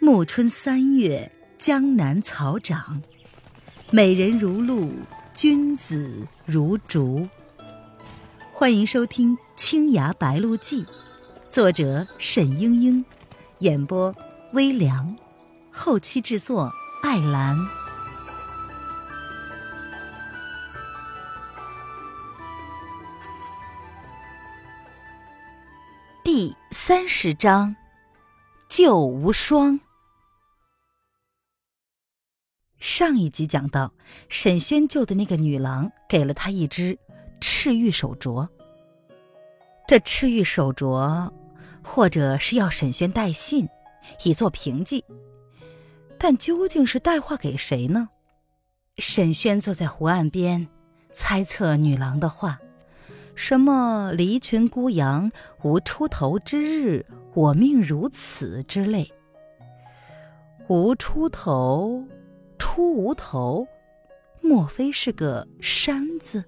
暮春3月，江南草长，美人如露，君子如竹。欢迎收听《青崖白鹿记》，作者沈英英，演播微凉，后期制作艾兰。第30章，旧无双。上一集讲到，沈轩救的那个女郎给了他一只赤玉手镯。这赤玉手镯，或者是要沈轩带信，以作凭记，但究竟是带话给谁呢？沈轩坐在湖岸边，猜测女郎的话，什么离群孤羊，无出头之日，我命如此之类。无出头，出无头，莫非是个山字？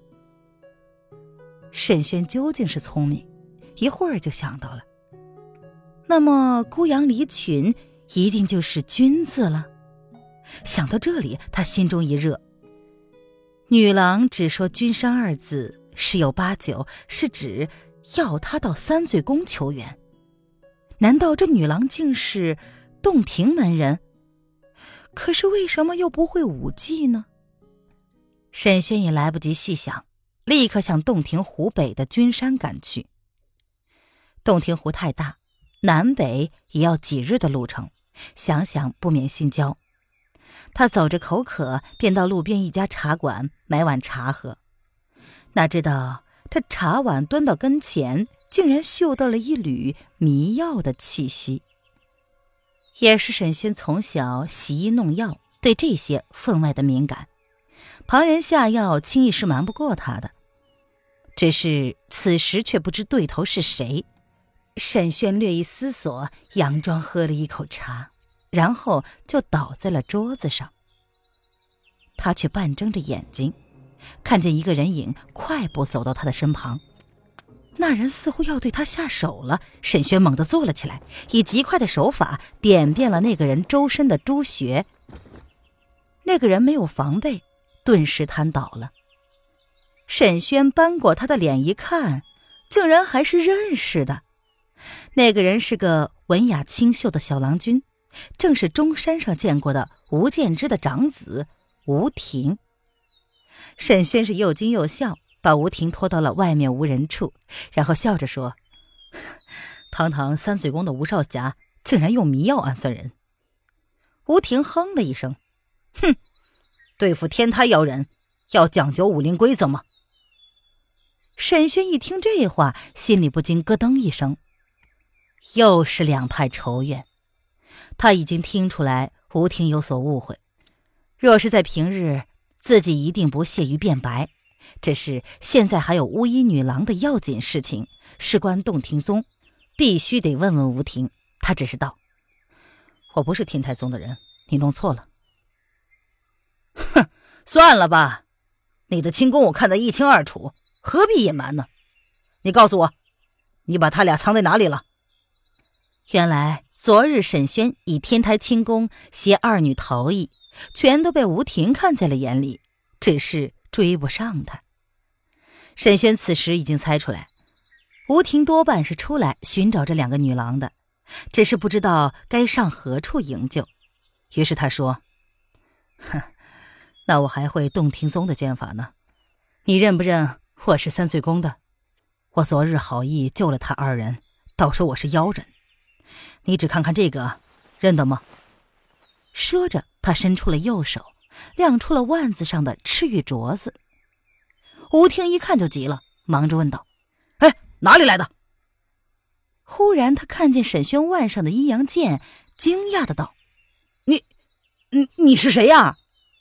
沈轩究竟是聪明，一会儿就想到了。那么孤羊离群一定就是君字了。想到这里，他心中一热。女郎只说君山2字，十有八九是指要他到三醉宫求援。难道这女郎竟是洞庭门人？可是为什么又不会武技呢？沈轩也来不及细想，立刻向洞庭湖北的君山赶去。洞庭湖太大，南北也要几日的路程，想想不免心焦。他走着口渴，便到路边一家茶馆买碗茶喝。哪知道这茶碗端到跟前，竟然嗅到了一缕迷药的气息。也是沈轩从小习医弄药，对这些分外的敏感，旁人下药轻易是瞒不过他的。只是此时却不知对头是谁。沈轩略一思索，佯装喝了一口茶，然后就倒在了桌子上。他却半睁着眼睛，看见一个人影快步走到他的身旁。那人似乎要对他下手了，沈轩猛地坐了起来，以极快的手法点遍了那个人周身的朱穴。那个人没有防备，顿时瘫倒了。沈轩扳过他的脸一看，竟然还是认识的。那个人是个文雅清秀的小郎君，正是中山上见过的吴建之的长子吴婷。沈轩是又惊又笑，把吴婷拖到了外面无人处，然后笑着说：堂堂三岁宫的吴少侠，竟然用迷药暗算人。吴婷哼了一声：哼，对付天胎妖人要讲究武林规则吗？沈轩一听这话，心里不禁咯噔一声，又是两派仇怨。他已经听出来吴婷有所误会，若是在平日，自己一定不屑于辩白，只是现在还有巫医女郎的要紧事情，事关洞庭宗，必须得问问吴婷。他只是道：我不是天台宗的人，你弄错了。哼，算了吧，你的轻功我看得一清二楚，何必隐瞒呢？你告诉我，你把他俩藏在哪里了？原来昨日沈轩以天台轻功携2女逃逸，全都被吴婷看在了眼里，只是追不上他。沈轩此时已经猜出来，吴婷多半是出来寻找这2个女郎的，只是不知道该上何处营救。于是他说：哼，那我还会洞庭宗的剑法呢，你认不认我是三醉宫的？我昨日好意救了他2人，倒说我是妖人，你只看看这个，认得吗？说着，他伸出了右手，亮出了腕子上的赤玉镯子。吴婷一看就急了，忙着问道：哎，哪里来的？忽然他看见沈轩腕上的阴阳剑，惊讶的道：你是谁呀？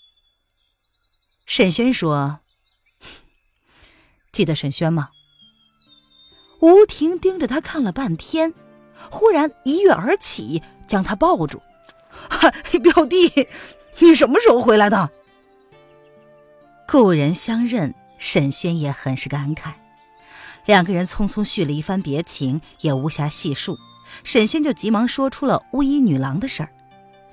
沈轩说：记得沈轩吗？吴婷盯着他看了半天，忽然一跃而起，将他抱住。表弟，你什么时候回来的？故人相认，沈轩也很是感慨。2个人匆匆叙了一番别情，也无暇细述。沈轩就急忙说出了巫医女郎的事儿。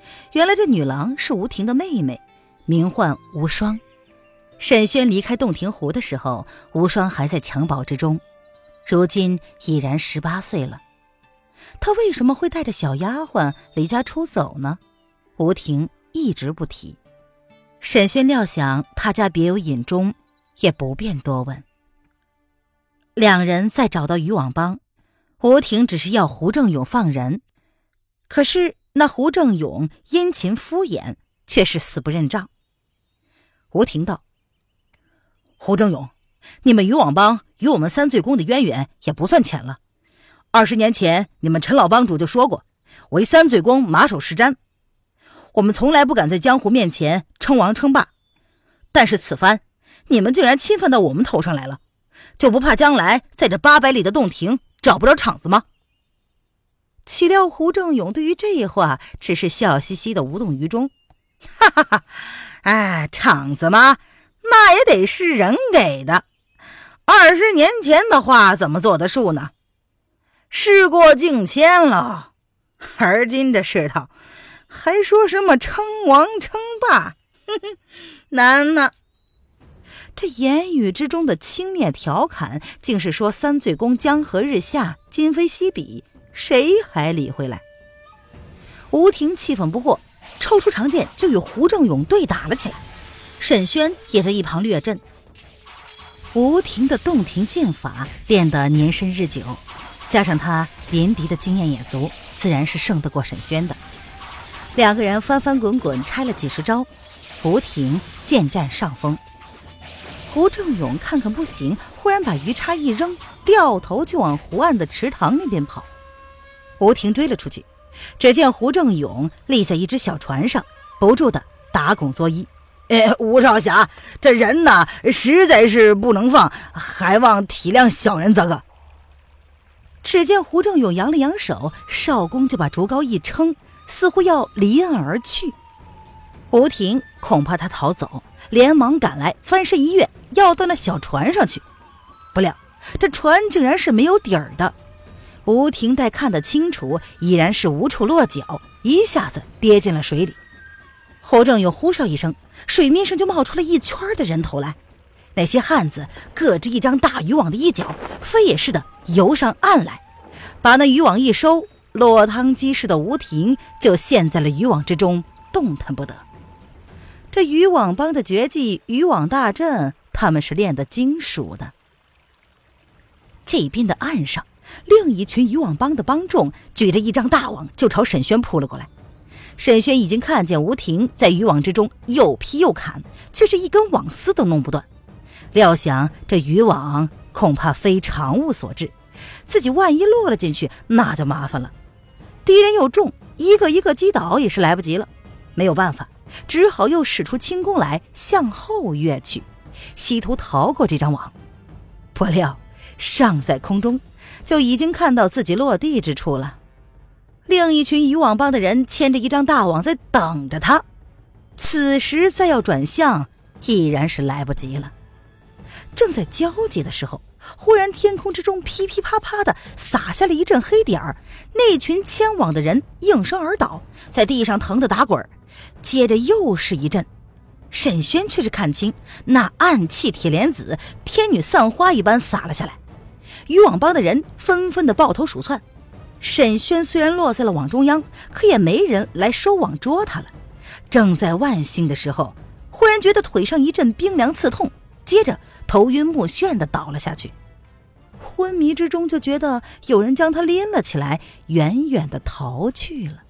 原来这女郎是吴婷的妹妹，名唤无双。沈轩离开洞庭湖的时候，无双还在襁褓之中，如今已然18岁了。她为什么会带着小丫鬟离家出走呢？吴婷一直不提。沈轩料想他家别有隐衷，也不便多问。两人再找到渔网帮，吴婷只是要胡正勇放人，可是那胡正勇殷勤敷衍，却是死不认账。吴婷道：胡正勇，你们渔网帮与我们三罪宫的渊源也不算浅了。20年前你们陈老帮主就说过，为三罪宫马首是瞻。我们从来不敢在江湖面前称王称霸，但是此番你们竟然侵犯到我们头上来了，就不怕将来在这800里的洞庭找不着场子吗？岂料胡正勇对于这话只是笑嘻嘻的无动于衷。哈哈哈，哎，场子嘛，那也得是人给的。20年前的话怎么做得数呢？事过境迁了，而今的世道还说什么称王称霸，难呢。这言语之中的轻蔑调侃，竟是说三罪宫江河日下，今非昔比，谁还理会来？吴婷气愤不过，抽出长剑就与胡正勇对打了起来。沈轩也在一旁略阵。吴婷的洞庭剑法练得年深日久，加上他临敌的经验也足，自然是胜得过沈轩的。两个人翻翻滚滚拆了几十招，吴婷剑占上风。胡正勇看看不行，忽然把鱼叉一扔，掉头就往湖岸的池塘那边跑。吴婷追了出去，只见胡正勇立在一只小船上，不住的打拱作揖。吴少侠，这人呢实在是不能放，还望体谅小人则个。只见胡正勇扬了扬手，少公就把竹篙一撑，似乎要离岸而去。吴婷恐怕他逃走，连忙赶来，翻身一跃，要到那小船上去。不料这船竟然是没有底儿的。吴婷待看得清楚，已然是无处落脚，一下子跌进了水里。胡正勇呼哨一声，水面上就冒出了一圈的人头来。那些汉子各执一张大渔网的一角，飞也似的游上岸来，把那渔网一收，落汤鸡似的吴婷就陷在了渔网之中，动弹不得。这渔网帮的绝技渔网大阵，他们是练得精熟的。这边的岸上，另一群渔网帮的帮众举着一张大网就朝沈轩扑了过来。沈轩已经看见吴婷在渔网之中又劈又砍，却是一根网丝都弄不断。料想这渔网恐怕非常物所致，自己万一落了进去，那就麻烦了。敌人又重，一个一个击倒也是来不及了。没有办法，只好又使出轻功来向后跃去，企图逃过这张网。不料尚在空中，就已经看到自己落地之处了。另一群渔网帮的人牵着一张大网在等着他，此时再要转向，已然是来不及了。正在焦急的时候，忽然天空之中噼噼啪啪的洒下了一阵黑点儿，那群牵网的人应声而倒，在地上疼得打滚。接着又是一阵，沈轩却是看清，那暗器铁莲子天女散花一般洒了下来。渔网帮的人纷纷的抱头鼠窜。沈轩虽然落在了网中央，可也没人来收网捉他了。正在万幸的时候，忽然觉得腿上一阵冰凉刺痛，接着头晕目眩的倒了下去。昏迷之中就觉得有人将他拎了起来，远远的逃去了。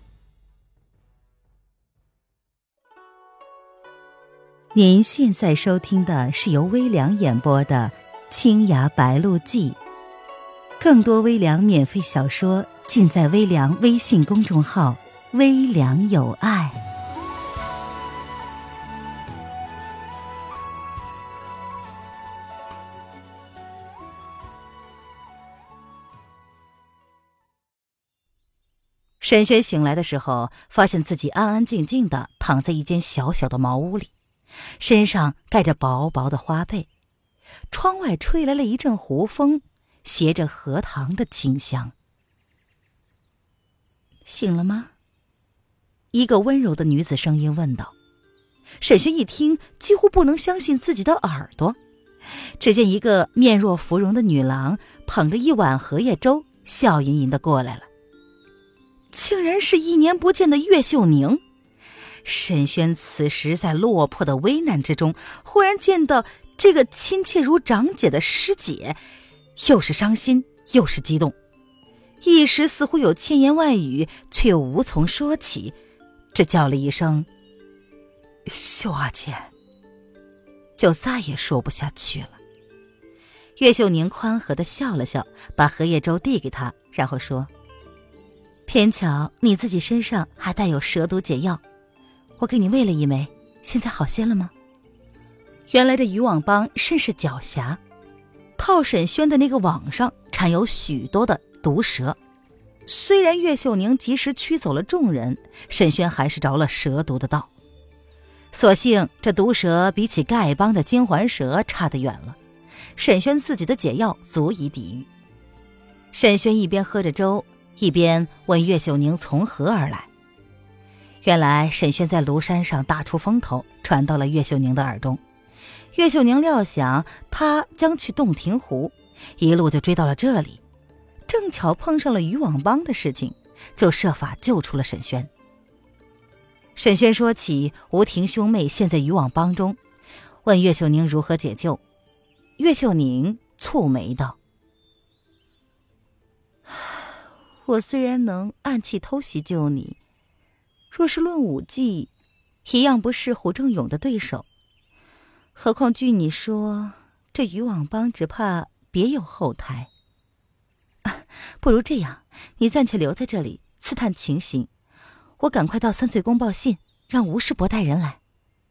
您现在收听的是由微凉演播的《青崖白鹿记》，更多微凉免费小说尽在微凉微信公众号“微凉有爱”。沈轩醒来的时候，发现自己安安静静地躺在一间小小的茅屋里，身上盖着薄薄的花被，窗外吹来了一阵湖风，携着荷塘的清香。醒了吗？ 一个温柔的女子声音问道。沈轩一听，几乎不能相信自己的耳朵。只见一个面若芙蓉的女郎捧着一碗荷叶粥，笑吟吟地过来了，竟然是1年不见的岳秀宁。沈轩此时在落魄的危难之中，忽然见到这个亲切如长姐的师姐，又是伤心又是激动，一时似乎有千言万语，却又无从说起，只叫了一声秀阿姐，就再也说不下去了。岳秀宁宽和地笑了笑，把荷叶粥递给他，然后说：偏巧你自己身上还带有蛇毒解药，我给你喂了一枚，现在好些了吗？原来这渔网帮甚是狡黠，套沈轩的那个网上缠有许多的毒蛇，虽然岳秀宁及时驱走了众人，沈轩还是着了蛇毒的道。所幸这毒蛇比起丐帮的金环蛇差得远了，沈轩自己的解药足以抵御。沈轩一边喝着粥，一边问岳秀宁从何而来。原来沈轩在庐山上大出风头，传到了岳秀宁的耳中。岳秀宁料想他将去洞庭湖，一路就追到了这里，正巧碰上了渔网帮的事情，就设法救出了沈轩。沈轩说起吴婷兄妹陷在渔网帮中，问岳秀宁如何解救。岳秀宁蹙眉道：我虽然能暗器偷袭救你，若是论武技，一样不是胡正勇的对手。何况据你说，这渔网帮只怕别有后台。不如这样，你暂且留在这里刺探情形，我赶快到三岁宫报信，让吴师伯带人来。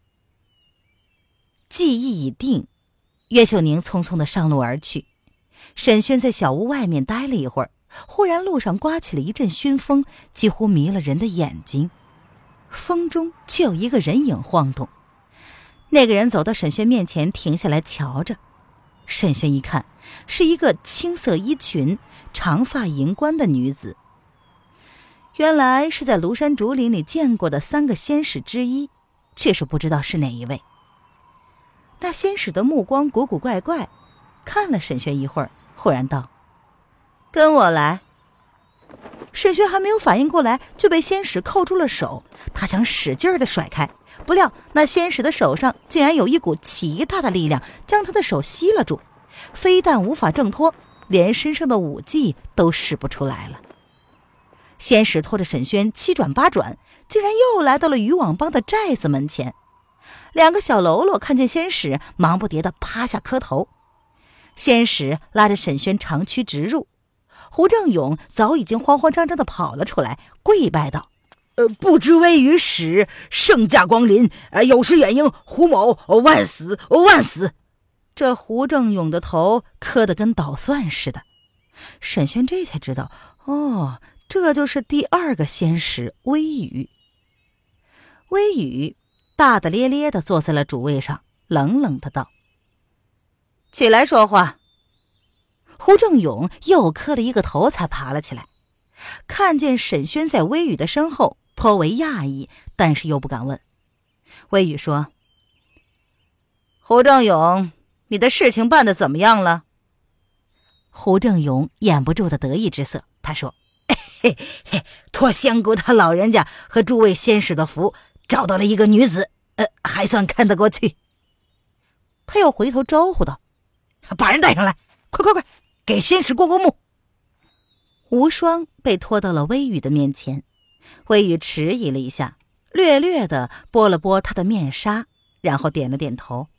计议已定，岳秀宁匆匆地上路而去。沈轩在小屋外面待了一会儿，忽然路上刮起了一阵熏风，几乎迷了人的眼睛。风中却有一个人影晃动，那个人走到沈轩面前，停下来瞧着。沈轩一看，是一个青色衣裙、长发银冠的女子。原来是在庐山竹林里见过的3个仙使之一，却是不知道是哪一位。那仙使的目光古古怪怪，看了沈轩一会儿，忽然道：跟我来。沈轩还没有反应过来，就被仙使扣住了手，他想使劲地甩开，不料那仙使的手上竟然有一股奇大的力量将他的手吸了住，非但无法挣脱，连身上的武技都使不出来了。仙使拖着沈轩7转8转，竟然又来到了渔网帮的寨子门前。2个小喽啰看见仙使，忙不迭地趴下磕头。仙使拉着沈轩长驱直入，胡正勇早已经慌慌张张地跑了出来，跪拜道： 不知微雨使，圣驾光临，有失远迎，胡某万死万死。 这胡正勇的头磕得跟捣蒜似的。沈轩这才知道，这就是第2个仙使微雨。微雨大大咧咧地坐在了主位上，冷冷地道：起来说话。胡正勇又磕了一个头，才爬了起来，看见沈轩在微雨的身后，颇为讶异，但是又不敢问。微雨说：胡正勇，你的事情办得怎么样了？胡正勇掩不住的得意之色，他说： 托仙姑他老人家和诸位仙使的福，找到了一个女子，还算看得过去。 他又回头招呼道： 把人带上来，快，给仙使过目。 无双被拖到了微雨的面前，微雨迟疑了一下，略略地拨了拨他的面纱，然后点了点头。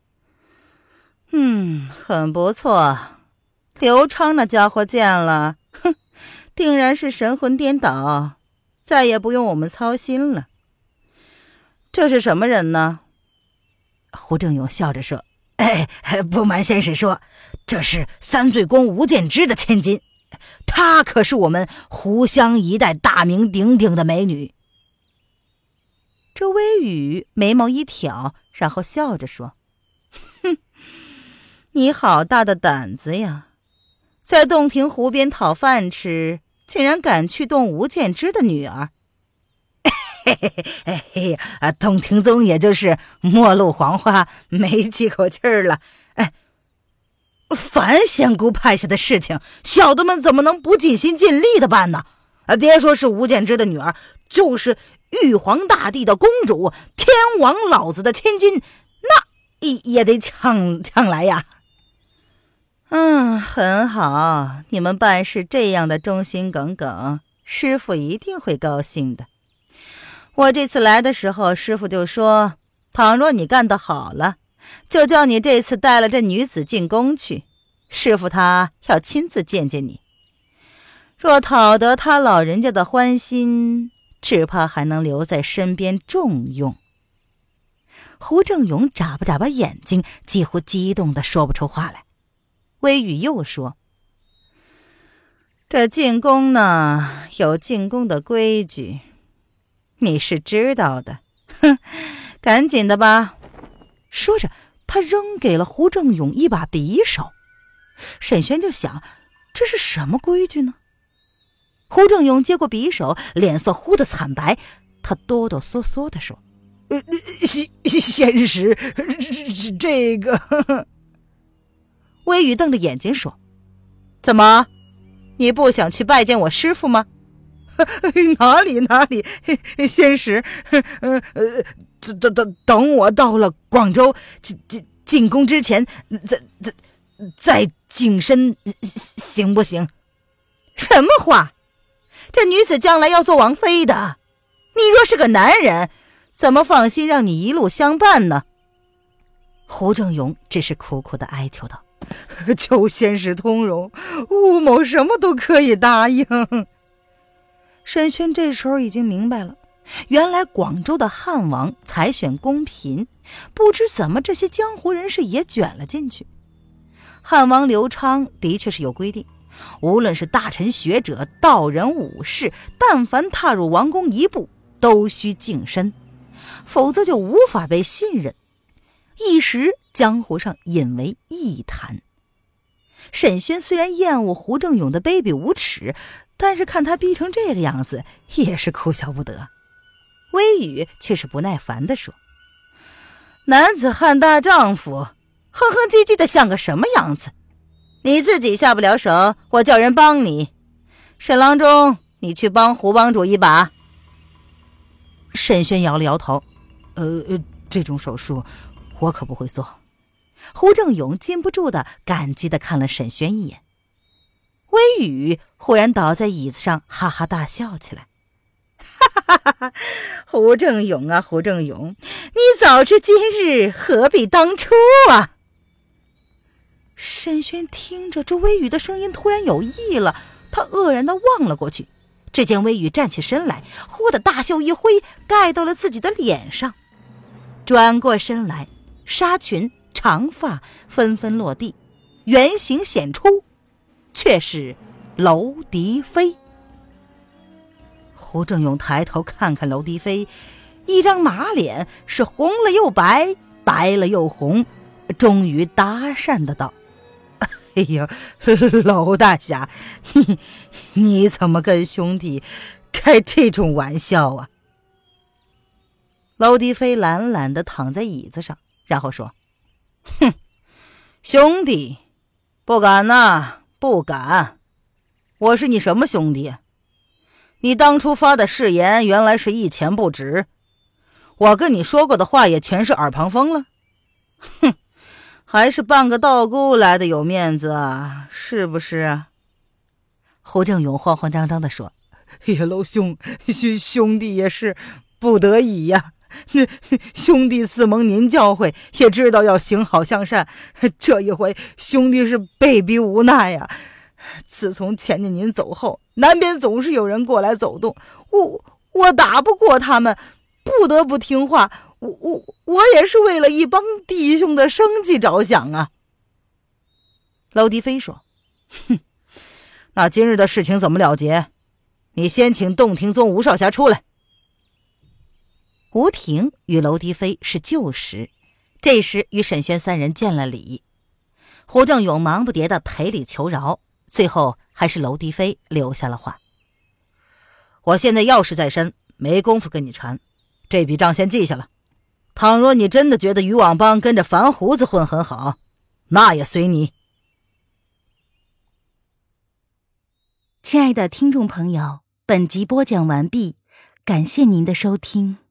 很不错，刘昌那家伙见了，定然是神魂颠倒，再也不用我们操心了。这是什么人呢？ 胡正勇笑着说：不瞒仙使说，这是三岁宫吴建之的千金，她可是我们湖湘一带大名鼎鼎的美女。 这微雨眉毛一挑，然后笑着说：你好大的胆子呀，在洞庭湖边讨饭吃，竟然敢去动吴建之的女儿。 洞庭宗也就是末路黄花，没几口气儿了。凡仙姑派下的事情，小的们怎么能不尽心尽力的办呢？别说是吴建之的女儿，就是玉皇大帝的公主，天王老子的千金，那也得抢来呀。 很好，你们办事这样的忠心耿耿，师父一定会高兴的。我这次来的时候，师父就说，倘若你干得好了，就叫你这次带了这女子进宫去，师父他要亲自见见你。若讨得他老人家的欢心，只怕还能留在身边重用。 胡正勇眨巴眼睛，几乎激动地说不出话来。 微雨又说，这进宫呢，有进宫的规矩，你是知道的。赶紧的吧。 说着，他扔给了胡正勇一把匕首。沈轩就想，这是什么规矩呢？胡正勇接过匕首，脸色忽的惨白，他哆哆嗦嗦地说：“仙师，这个……” 微雨瞪着眼睛说：“怎么，你不想去拜见我师父吗？” 哪里，仙师，等我到了广州进宫之前，再净身，行不行？ 什么话？这女子将来要做王妃的，你若是个男人，怎么放心让你一路相伴呢？ 胡正勇只是苦苦地哀求道：“求仙师通融，吴某什么都可以答应。”沈轩这时候已经明白了，原来广州的汉王采选宫嫔，不知怎么这些江湖人士也卷了进去。汉王刘昌的确是有规定，无论是大臣学者、道人武士，但凡踏入王宫一步，都需净身，否则就无法被信任。一时江湖上引为异谈。沈轩虽然厌恶胡正勇的卑鄙无耻，但是看他逼成这个样子，也是哭笑不得。 微雨却是不耐烦地说：“男子汉大丈夫，哼哼唧唧的像个什么样子？你自己下不了手，我叫人帮你。沈郎中，你去帮胡帮主一把。” 沈轩摇了摇头：“这种手术我可不会做。”胡正勇禁不住的感激的看了沈轩一眼。微雨忽然倒在椅子上哈哈大笑起来：“ 哈哈哈！胡正勇啊，胡正勇，你早知今日，何必当初啊！” 沈轩听着这微雨的声音突然有异了，他愕然的望了过去，只见微雨站起身来，忽的大袖一挥，盖到了自己的脸上。转过身来，纱裙长发纷纷落地，原形显出，却是娄迪飞。胡正勇抬头看看娄迪飞，一张马脸是红了又白，白了又红，终于搭讪的道：“哎呀，娄大侠，你怎么跟兄弟开这种玩笑啊？” 娄迪飞懒懒地躺在椅子上，然后说：“哼，兄弟，不敢呐，不敢。我是你什么兄弟？你当初发的誓言原来是一钱不值，我跟你说过的话也全是耳旁风了。哼，还是扮个道姑来的有面子啊，是不是啊？” 胡正勇慌慌张张地说：“娄兄弟也是不得已呀。兄弟自蒙您教诲，也知道要行好向善，这一回兄弟是被逼无奈呀。自从前年您走后，南边总是有人过来走动，我打不过他们，不得不听话。我也是为了一帮弟兄的生计着想啊。” 娄迪飞说：“哼，那今日的事情怎么了结？你先请洞庭宗吴少侠出来。” 吴婷与娄迪飞是旧识，这时与沈轩三人见了礼。胡正勇忙不迭地赔礼求饶，最后还是娄迪飞留下了话：“ 我现在要事在身， 没工夫跟你缠，这笔账先记下了。倘若你真的觉得渔网帮跟着樊胡子混很好，那也随你。 亲爱的听众朋友，本集播讲完毕，感谢您的收听。